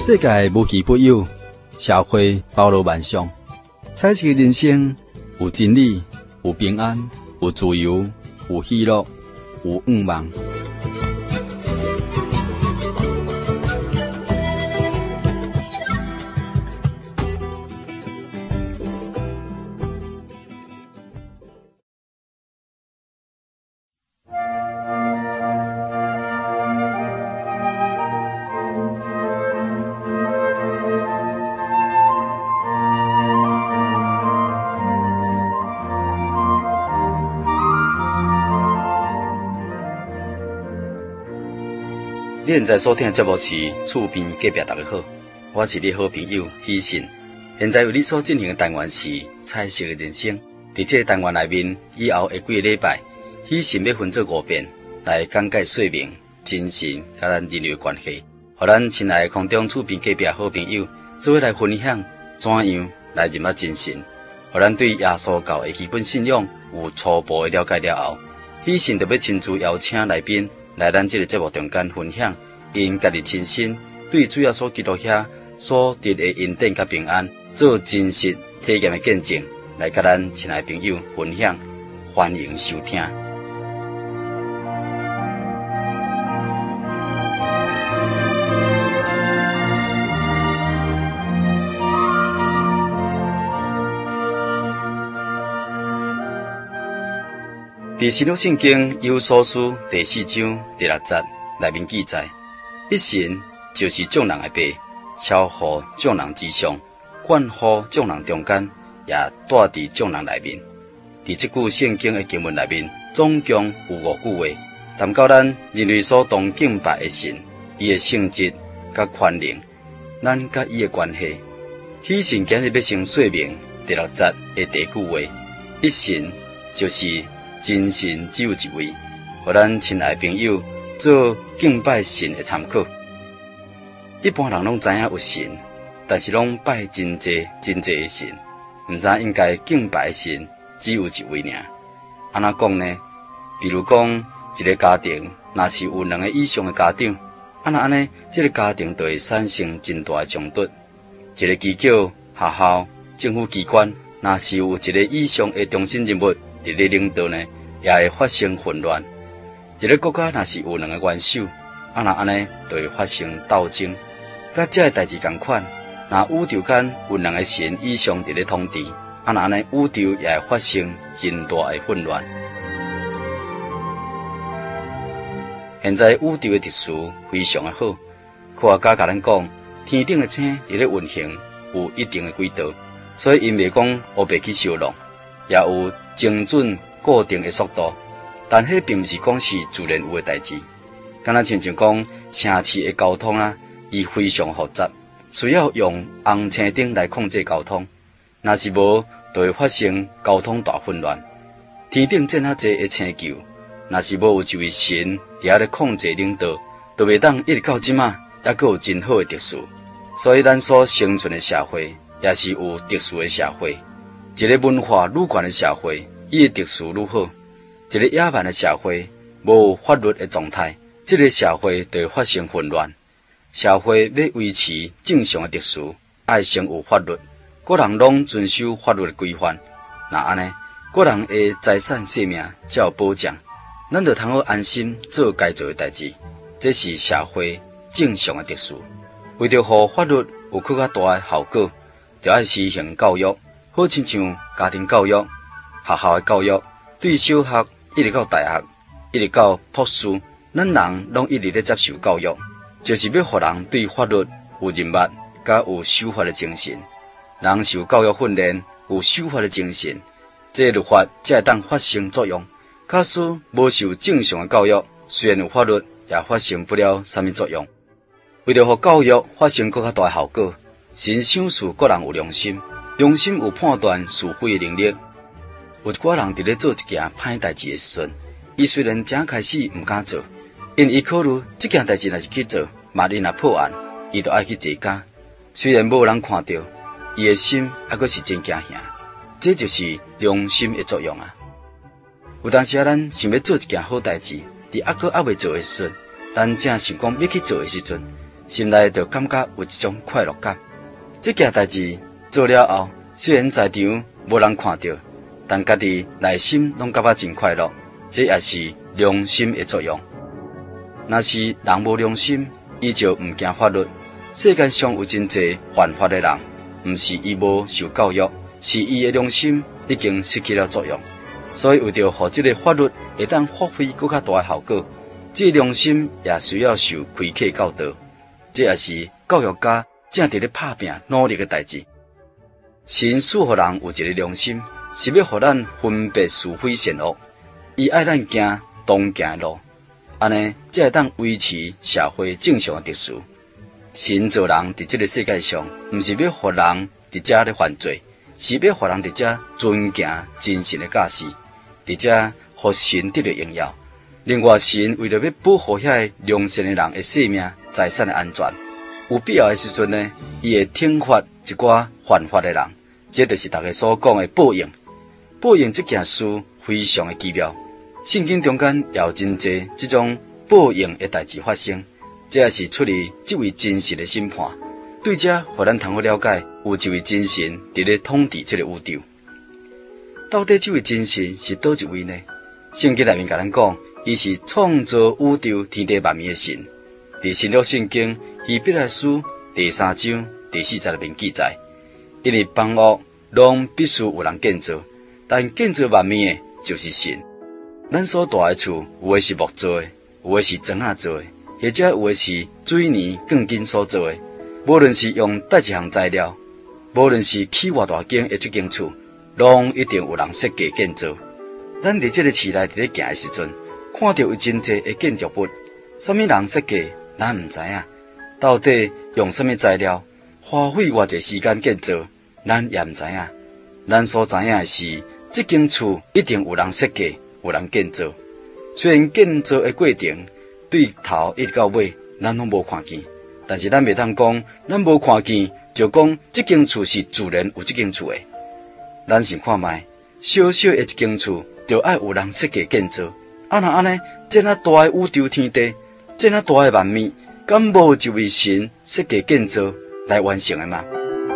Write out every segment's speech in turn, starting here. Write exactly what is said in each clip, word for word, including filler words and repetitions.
世界无奇不有，社会包罗万象。彩色的人生有真理，有平安，有自由，有喜乐，有愿望。 你现在所听的节目是《厝边隔壁大家好》，我是你好朋友喜信。现在为你所进行的单元是《彩色的人生》。在这个单元内面，以后的几个礼拜，喜信要分做五遍来讲解说明精神甲咱人类的关系，互咱亲爱的空中厝边隔壁好朋友做伙来分享怎样来入物精神，互咱对耶稣教的基本信仰有初步的了解了后，喜信就要亲自邀请来宾。来咱这个节目中间分享，因家己亲身对主要所基督遐所得的恩典甲平安，做真实体验的见证，来甲咱亲爱朋友分享，欢迎收听。伫新约圣经以弗所书第四章第六节内面记载，一神就是众人的爸，超乎众人之上，管乎众人中间，也住伫众人内面。伫这句圣经的经文内面，总共有五句话，谈到咱人类所当敬拜的神，伊的性质甲权能，咱甲伊的关系。喜信今日要先说明第六节的第一句话，一神就是。真神只有一位，互咱亲爱朋友做敬拜神的参考。一般人拢知影有神，但是拢拜真济真济的神，毋知应该敬拜的神只有一位尔。安怎讲呢？比如讲，一个家庭若是有两个以上的家长，安那安尼，这个家庭就会产生真大的冲突。一个机构、学校、政府机关，若是有一个以上的中心人物。伫咧领导呢，也会发生混乱。一个国家若是有两个元首，啊那安尼就会发生斗争。甲这个代志共款，若宇宙间有两个神以上伫咧统治，啊那安尼宇宙也会发生真大的混乱。现在宇宙的特殊非常的好，科学家甲咱讲，天顶的星伫咧运行有一定的轨道，所以因袂讲乌白去烧弄。也有精准固定的速度，但迄并不是讲是自然有的代志。敢若亲像讲城市的交通啊，伊非常复杂，需要用红青灯来控制交通。若是无，就会发生交通大混乱。天顶这么济的星球，若是无有一位神伫遐咧控制领导，就袂当一直到即马，还佫有真好的特殊。所以咱所生存的社会，也是有特殊的社会。一个文化愈悬的社会，伊的特殊愈好；一个野蛮的社会，无有法律的状态，这个社会就会发生混乱。社会要维持正常的特殊，爱先有法律，各人拢遵守法律的规范。那安尼，各人的财产性命才有保障，咱就通好安心做该做的代志。这是社会正常的特殊。为着互法律有更较大的效果，就爱施行教育。好亲像家庭教育、学校的教育，对小学一直到大学，一直到博士，咱人拢一直咧接受教育，就是要互人对法律有认识，甲有守法的精神。人受教育训练，有守法的精神，这律法才会当发生作用。假使无受正常的教育，虽然有法律，也发生不了什么作用。为了互教育发生更较大的效果，神赏赐各人有良心。良心有判断是非的能力。有一寡人伫咧做一件歹代志的时阵，伊虽然正开始毋敢做，因伊考虑这件代志若是去做，万一若破案，伊就爱去坐监。虽然无人看到，伊的心还阁是真惊吓。这就是良心的作用啊！有当时啊，咱想要做一件好代志，伫还阁还未做的时阵，咱正想讲要去做的时阵， 心内就感觉有一种快乐感。这件代志做了后，虽然在场无人看到，但家己内心拢感觉真快乐。这也是良心的作用。若是人无良心，伊就毋惊法律。世界上有真侪犯法的人，毋是伊无受教育，是伊的良心已经失去了作用。所以为着互这个法律会当发挥更较大的效果，这个良心也需要受开课教导。这也是教育家正伫咧拍拼努力的代志。神赐予人有一个良心，是要互咱分别是非善恶。伊爱咱行当行的路，安尼才会当维持社会正常的秩序。神造人伫这个世界上，毋是要互人伫遮咧犯罪，是要互人伫遮遵行真神的教示，伫遮互神得到荣耀。另外，神为了要保护遐个良善的人的性命、财产的安全，有必要的时阵呢，伊会惩罚一寡犯法的人。这就是大家所讲的报应。报应这件事非常的奇妙，圣经中间也有真侪这种报应的代志发生。这也是出于这位真神的审判。对这，互咱通好了解，有一位真神伫咧统治这个宇宙。到底这位真神是倒一位呢？圣经内面甲咱讲，伊是创造宇宙天地万物的神。伫新约圣经希伯来书第三章第四十六面记载，因为万物拢必须有人建造，但建造万物的就是神。咱所住的厝，有的是木做的，有的是砖仔做的，或者有的是水泥钢筋所做的。无论是用叨一项材料，无论是起偌大间的这间厝，拢一定有人设计建造。咱伫这个市内伫咧行的时阵，看到有真侪的建筑物，什么人设计，咱毋知影。到底用什么材料，花费偌济时间建造，咱也毋知影。咱所知影的是，这间厝一定有人设计，有人建造。虽然建造的过程对头一直到尾，咱拢无看见，但是咱袂当讲，咱无看见就讲这间厝是自然有这间厝的。咱想看卖，小小的一间厝，就爱有人设计建造。啊那安尼，这那大的宇宙天地，这那大的万物，敢无一位神设计建造来完成的吗？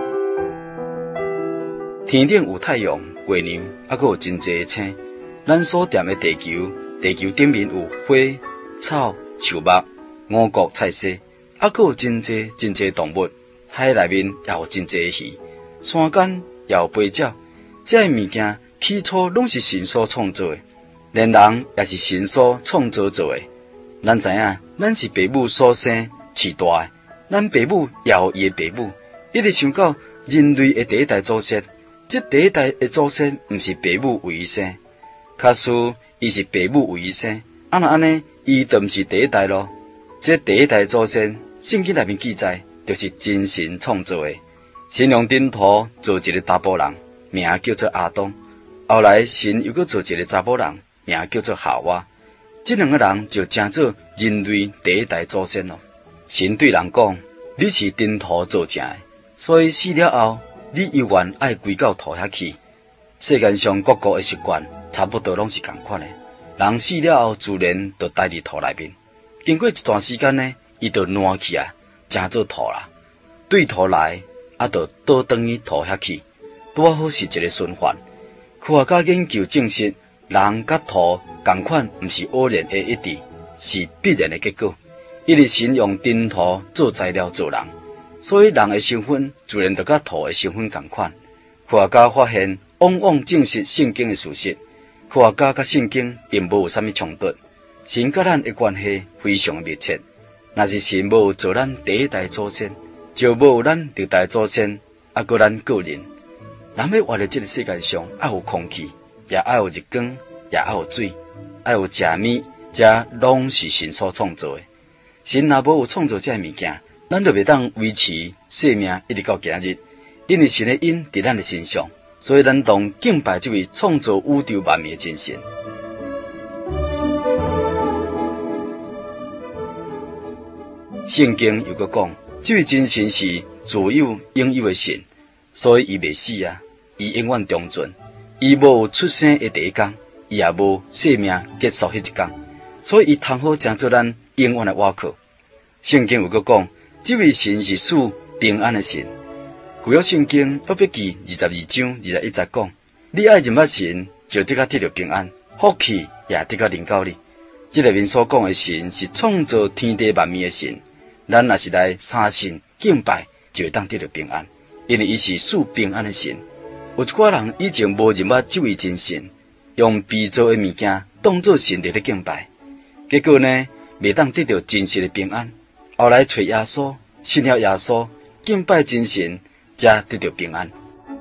天顶有太阳、月亮，还佫有真侪的星。咱所踮的地球，地球顶面有花、草、树木、五谷菜色，还佫有真侪真侪动物。海内面也有真侪的鱼，山间也有飞鸟。这些物件起初拢是神所创造的，连人也是神所创造做的。咱知影，咱是爸母所生饲大的，咱爸母也有伊的爸母，一直想到人类的第一代祖先。这第一代的祖先毋是爸母为伊生，假使伊是爸母为伊生，啊那安尼，伊就毋是第一代咯。这第一代祖先，圣经内面记载，就是真神创造的。神用顶土做一个查甫人，名叫做亚当。后来神又搁做一个查甫人，名叫做夏娃。这两个人就成做人类第一代祖先咯。神对人讲：“你是顶土做成的，所以死了后，你永远爱归到土遐去。”世界上各国的习惯差不多拢是同款的。人死了后，自然就待伫土内面。经过一段时间呢，伊就烂去啊，成做土啦。对土来，啊，就倒转去土遐去，拄好是一个循环。科学家研究证实，人甲土同款，毋是偶然的一致，是必然的结果。因为神用顶土做材料做人，所以人的身份自然就甲土的身份同款。科学家发现，往往证实圣经的事实。科学家甲圣经并无有啥物冲突，神甲咱的关系非常密切。若是神无做咱第一代祖先，就无有咱历代祖先，啊，搁咱个人。人要活在这个世界上，爱有空气，也爱有日光，也爱有水，爱有食物，这拢是神所创造的。神若无有创造这些物件，咱就袂当维持生命一直到今日。因为神的因伫咱的身上，所以咱当敬拜这位创造宇宙万物的真神。圣经又搁讲，这位真神是自有永有的神，所以伊袂死啊，伊永远长存。伊无出生的第一天，伊也无生命结束迄一天，所以伊通好成做咱永远的倚靠。圣经有搁讲， 这位神是赐平安的神。旧约圣经约伯记二十二章二十一节讲：你爱认捌神，就得到得到平安，福气也得到临到你。这里面所讲的神是创造天地万物的神，咱若是来相信敬拜，就会当得到平安，因为伊是赐平安的神。有一寡人以前无认捌这位真神，用被造的物件当作神在咧敬拜，结果呢，未当得到真实的平安。后来找耶稣，信了耶稣，敬拜真神，才得到平安。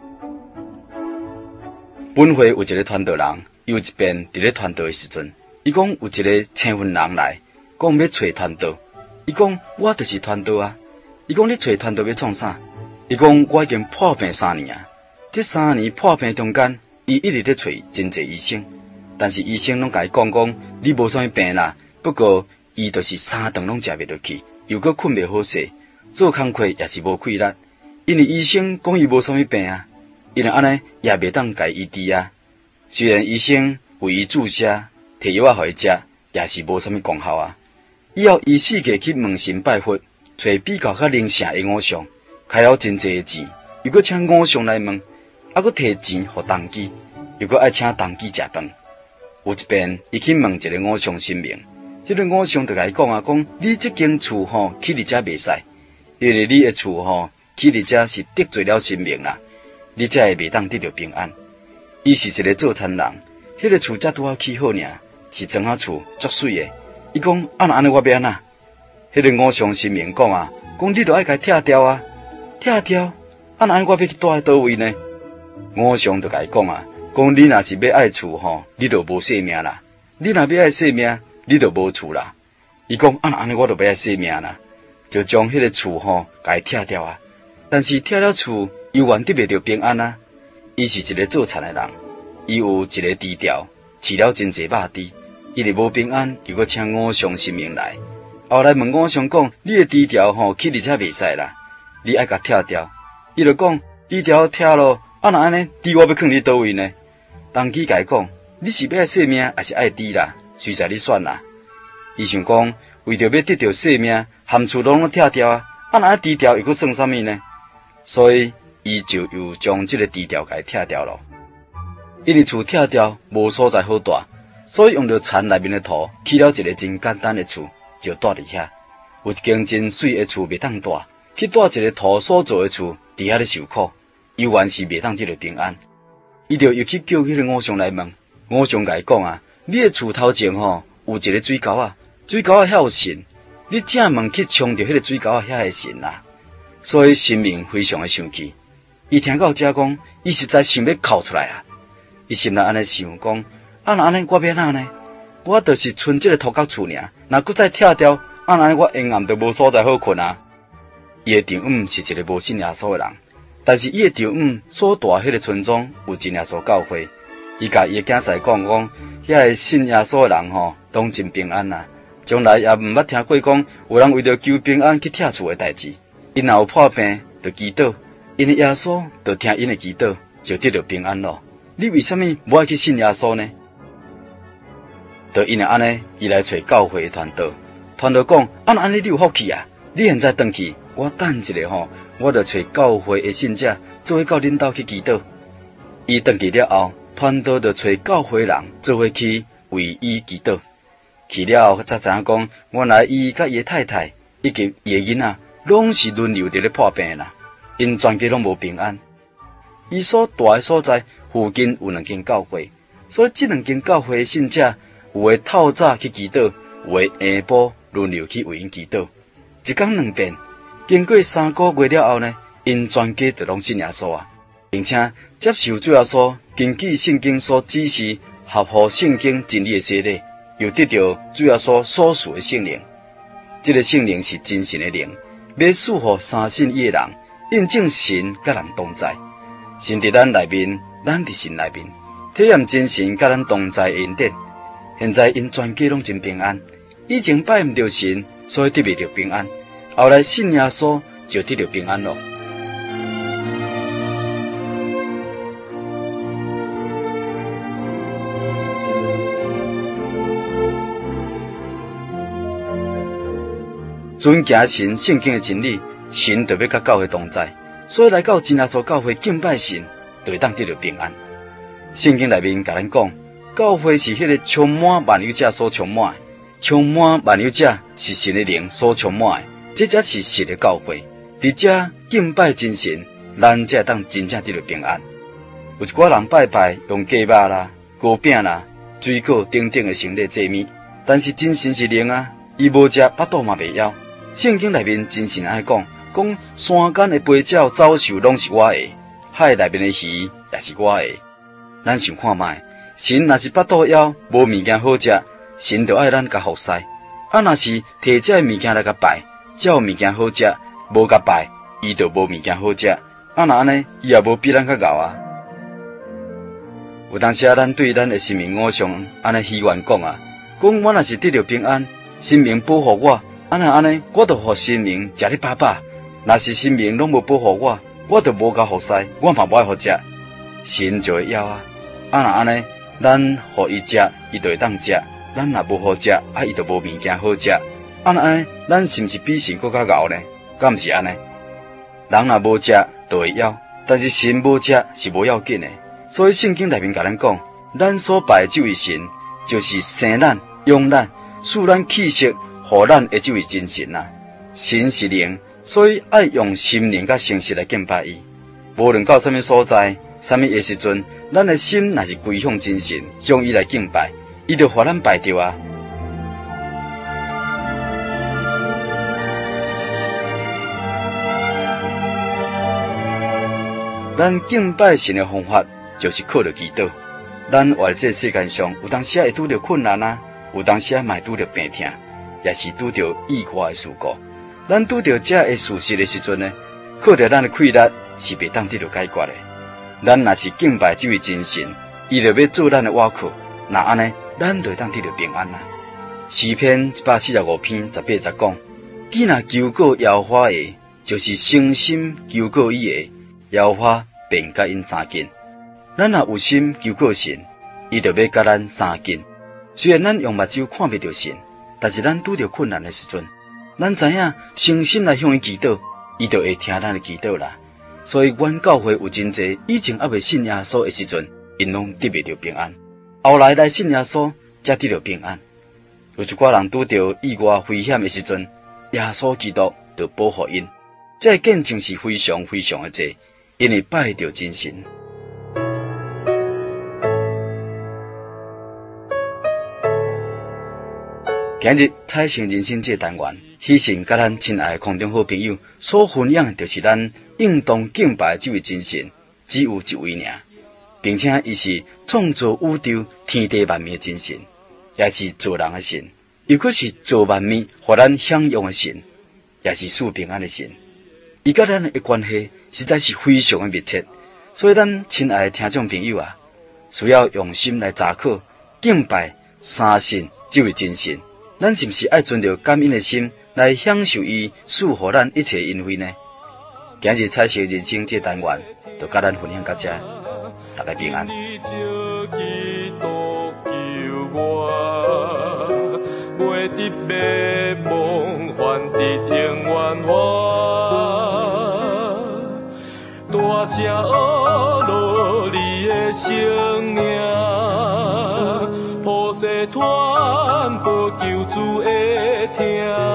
本会有一个传道人，有一遍伫咧传道的时阵，伊讲有一个青云人来，讲要找传道。伊讲我就是传道啊。伊讲你找传道要创啥？伊讲我已经破病三年啊。这三年破病中间，伊一直咧找真济医生，但是医生拢甲伊讲讲，你无啥物病啦。不过伊就是三顿拢食袂落去，又搁困袂好势，做工课也是无气力。因为医生讲伊无啥物病啊，因为安尼也袂当甲伊医治啊。虽然医生为伊注射、摕药仔互伊食，也是无啥物功效啊。以后伊四界去问神拜佛，找比较较灵性的偶像，开了真济的钱，又搁请偶像来问，还搁摕钱互当机，又搁爱请当机食饭。有一遍，伊去问一个偶像神明，这个偶像就甲伊讲啊，讲你这间厝吼起伫遮袂使，因为你的厝吼起伫遮是得罪了神明啦，你才会袂当得到平安。伊是一个做餐人，迄个厝才拄好起好尔，是庄仔厝，足水的。伊讲啊，若安尼我要安怎？迄个偶像神明讲啊，讲你著爱甲拆掉啊，拆掉，啊，若安尼我要去住喺倒位呢？偶像就甲伊讲啊，讲你若是要爱厝吼，你著无性命啦；你若要爱性命，你著无厝啦。伊讲啊，若安尼我著要爱性命啦，就将迄个厝吼甲伊拆掉啊。但是拆了厝，又原得袂着平安啊。伊是一个做田的人，伊有一个猪条，饲了真济肉猪，伊就无平安，又搁请偶像神明来。后来问偶像讲，你的猪条吼起伫遮袂使啦，你爱甲拆掉。伊就讲，猪条拆咯，啊若安尼，猪我要囥你倒位呢？当机甲伊讲，你是要爱性命，还是爱猪啦？随在你选啦。伊想讲，为着要得到性命，含厝拢拢拆掉啊，啊若安猪条又搁算啥物呢？所以伊就又将这个猪条给拆掉了。因为厝拆掉无所在好住，所以用着田内面的土起了一个真简单的厝，就住伫遐。有一间真水的厝袂当住，去住一个土所做的厝，伫遐咧受苦，伊原是袂当得到平安。伊就又去叫迄个偶像来问，偶像甲伊讲啊，你的厝头前吼有一个水沟啊，水沟啊遐有神，你正问去冲着迄个水沟啊遐的神啊。所以神明非常的生气，伊听到这讲，伊实在想要哭出来啊！伊心内安尼想讲，啊，若安尼我要哪呢？我就是剩这个土角厝尔，若搁再拆掉，啊，安尼我阴暗就无所在好困啊！伊的丈母是一个无信耶稣的人，但是伊的丈母所住迄个村庄有真耶稣教会，伊甲伊的囝婿讲讲，遐个信耶稣的人吼，拢真平安啊！从来也毋捌听过讲有人为着求平安去拆厝的代志。因若有破病，就祈祷，因为耶稣就听因的祈祷，就得到平安咯。你为什么无爱去信耶稣呢？就因为安尼，伊来找教会的传道，传道讲，啊，安尼你有福气啊！你现在回去，我等一下吼，我就找教会的信者，做伙到恁兜去祈祷。伊回去了后，传道就找教会人做伙去为伊祈祷。去了后，才知影讲，原来伊甲伊的太太以及伊的囡仔。拢是轮流伫咧破病啦，因全家拢无平安。伊所住的所在附近有两间教会，所以这两间教会的信者，有的透早去祈祷，有的下晡轮流去为因祈祷。一天两遍，经过三个月了后呢，因全家就拢信耶稣啊，并且接受主耶稣根据圣经所指示，合乎圣经真理的洗礼，又得到主耶稣所赐的圣灵。这个圣灵是真神的灵。要赐予相信伊的人，印证神甲人同在。神伫咱内面，咱伫神内面，体验真神甲咱同在的恩典。现在因全家拢真平安，以前拜毋着神，所以得袂着平安；后来信耶稣，就得着平安咯。 遵行神圣经的真理，神就要甲教会同在。所以来到真耶稣教会敬拜神，就会当得到平安。圣经内面甲咱讲，教会是迄个充满万有者所充满的，充满万有者是神的灵所充满的，这才是实的教会。伫这敬拜真神，咱才会当真正得到平安。有一寡人拜拜用鸡肉啦、糕饼啦、水果等等的神礼祭物，但是真神是灵啊，伊无食巴肚嘛袂枵。圣经内面真神安尼讲，讲山间的飞鸟、走兽拢是我的，海内面的鱼也是我的。咱想看卖，神若是巴肚枵，无物件好食，神就爱咱甲服侍；啊，若是摕这物件来甲拜，才有物件好食，无甲拜，伊就无物件好食。啊，若安尼，伊也无比咱较敖啊。有当时啊，咱对咱的生命偶像安尼希望讲啊，讲我若是得到平安，生命保护我。啊那安尼，我就互生命食哩饱饱；若是生命拢无保护我，我就无甲服侍，我嘛无爱好食，神就会枵啊。啊那安尼，咱互伊食，伊就会当食；咱若无好食，啊伊就无物件好食。啊那安尼，咱是毋是比神更较敖呢？敢毋是安尼？人若无食，就会枵；但是神无食是无要紧的。所以圣经内面甲咱讲，咱所拜的这位神，就是生咱、养咱、使咱气息。互咱的这位真神啊，神是灵，所以爱用心灵甲诚实来敬拜伊。无论到什么所在、什么的时阵，咱的心若是归向真神，向伊来敬拜，伊就互咱拜着啊。咱敬拜神的方法，就是靠着祈祷。咱活在这世界上，有当时会拄着困难啊，有当时嘛会拄着病痛。也是拄着意外的事故，咱拄着这个事实的时阵呢，靠着咱的气力是袂当得到解决的。咱若是敬拜这位真神，伊就要做咱的倚靠，那安尼，咱就会当得到平安啦。诗篇一百四十五篇十八节讲：既若求告耶和华的，就是诚心求告伊的，耶和华便甲因相近。咱若有心求告神，伊就要甲咱相近。虽然咱用目睭看袂到神。但是咱拄着困难的时阵，咱知影诚心来向伊祈祷，伊就会听咱的祈祷啦。所以，阮教会有真侪以前还未信耶稣的时阵，因拢得袂着平安；后来来信耶稣，才得着平安。有一寡人拄着意外危险的时阵，耶稣基督就保护因，这见证是非常非常的多，因为拜着真神。今日彩星人生这单元，希望甲咱亲爱的空中好朋友所分享的，就是咱应当敬拜这位真神，只有一位尔，并且伊是创造宇宙天地万物的真神，也是造人的神，又阁是造万物互咱享用的神，也是赐平安的神。伊甲咱的关系实在是非常的密切，所以咱亲爱的听众朋友啊，需要用心来查考敬拜三神这位真神。咱是不是爱存着感恩的心来享受伊赐予咱一切恩惠呢？今日彩色人生这单元就甲咱分享到这，大家平安。大声婀娜你的生命，普世传播救主会听，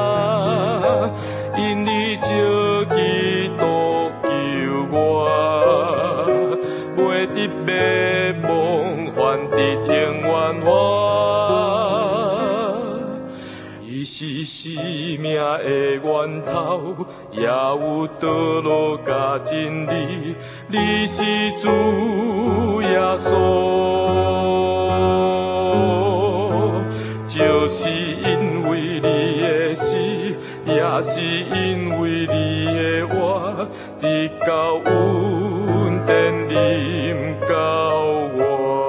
因你借基督救我，袂得灭亡，反得永远活。伊是生命的源头，也有道路甲真理，你是主耶稣。就是因为你的死，也是因为你的活，你教恩典临到我。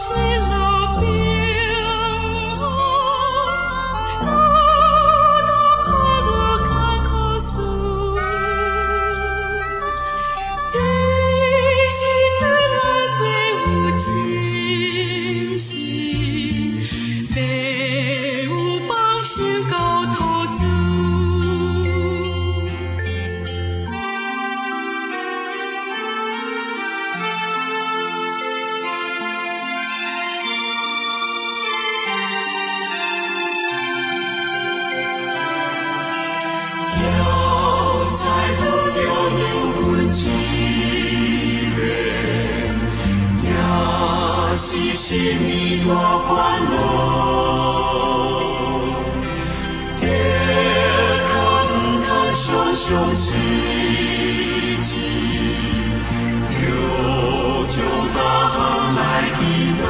心里多欢乐，别看看熊熊喜气，有就大行来祈祷，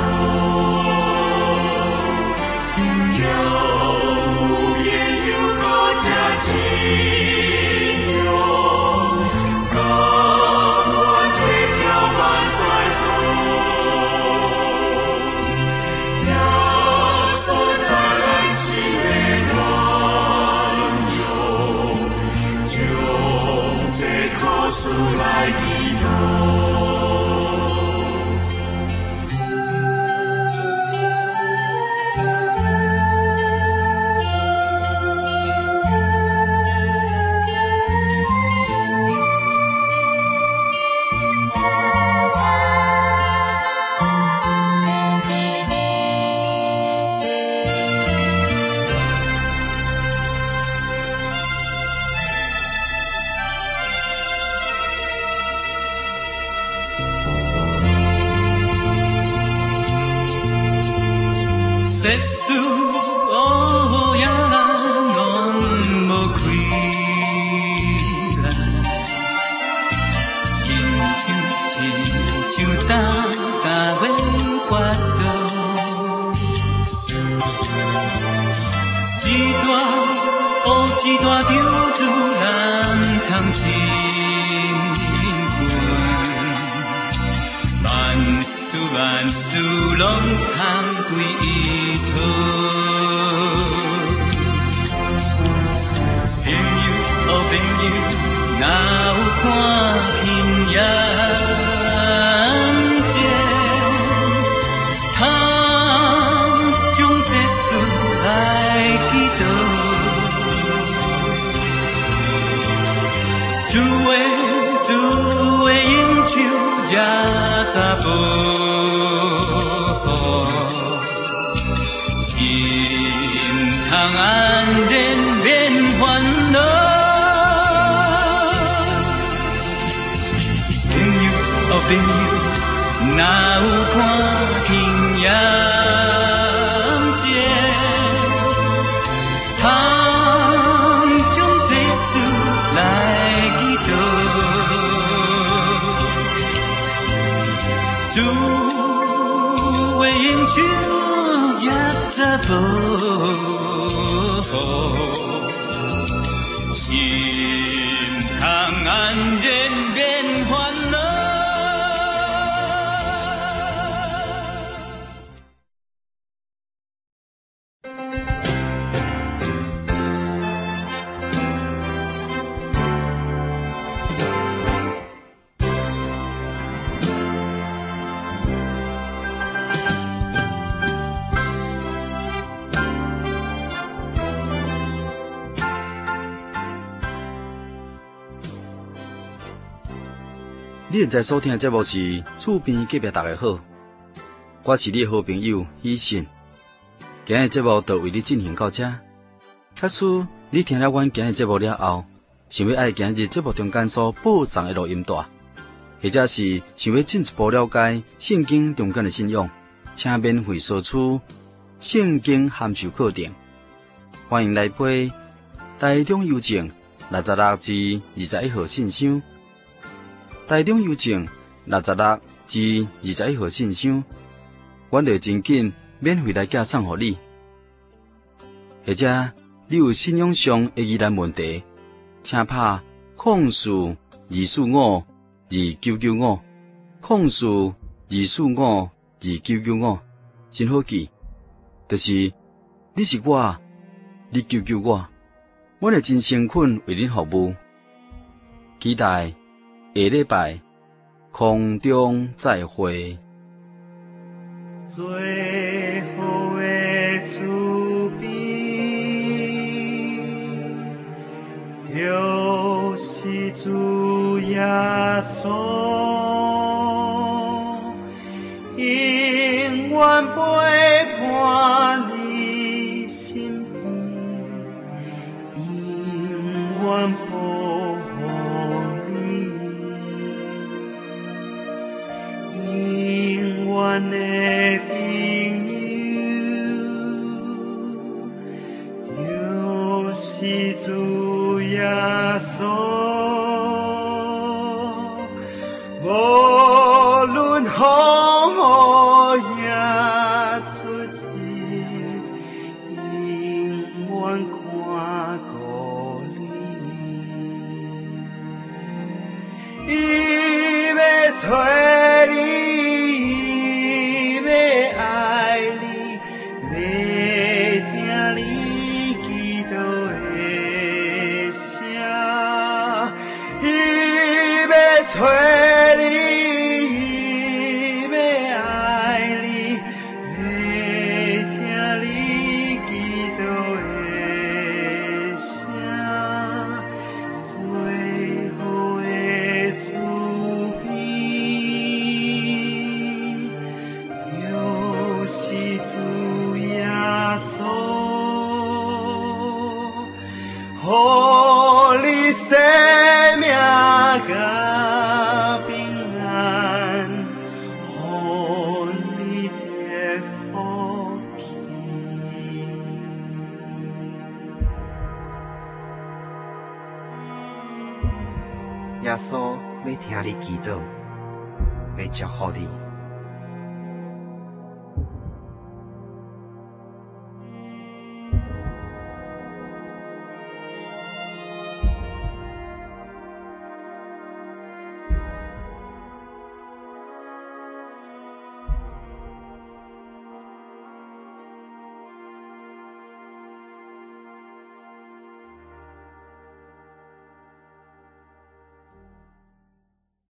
有无边有高家亲友，甘愿退票满载后。出来祈祷。 世事乌呀拢无开来，亲像亲像担担要跋倒，一段乌一段丢子难通清分，万事万事拢通归伊。朋友，哦朋友，哪有看轻眼睛，通将这事来祈祷。滋的滋的应手惹查甫。心通安然免烦恼，朋友哦朋友，哪有看轻眼睛，通将这事来祈祷，滋的应手。查甫心通安然免烦恼。 你现在收听的节目是厝边隔壁大家好，我是你的好朋友喜信。今日节目就为你进行到这。假使你听了阮今日节目了后，想要爱今日节目中间所播送的录音带，或者是想要进一步了解圣经中间的信仰，请免费索取圣经函授课程。欢迎来批台中邮政六十六至二十一号信箱。台中邮政六十六至二十一号信箱，阮会真紧免费来寄送予你。或者你有信仰上的疑难问题，请拍控诉二四五二九九五，控诉二四五二九九五。 真好记，就是你是我，你救救我，我会真诚恳为恁服务。期待下礼拜空中再会。 最后的慈悲，就是主耶稣，永远陪伴你身边，永远保护你，永远的朋友，就是主耶稣。无论风雨也出日，永远看顾你。伊要找你，伊要爱你，要听你祈祷的声，伊要找。予你生命甲平安，予你得福气。 耶稣要听你祈祷，要祝福你。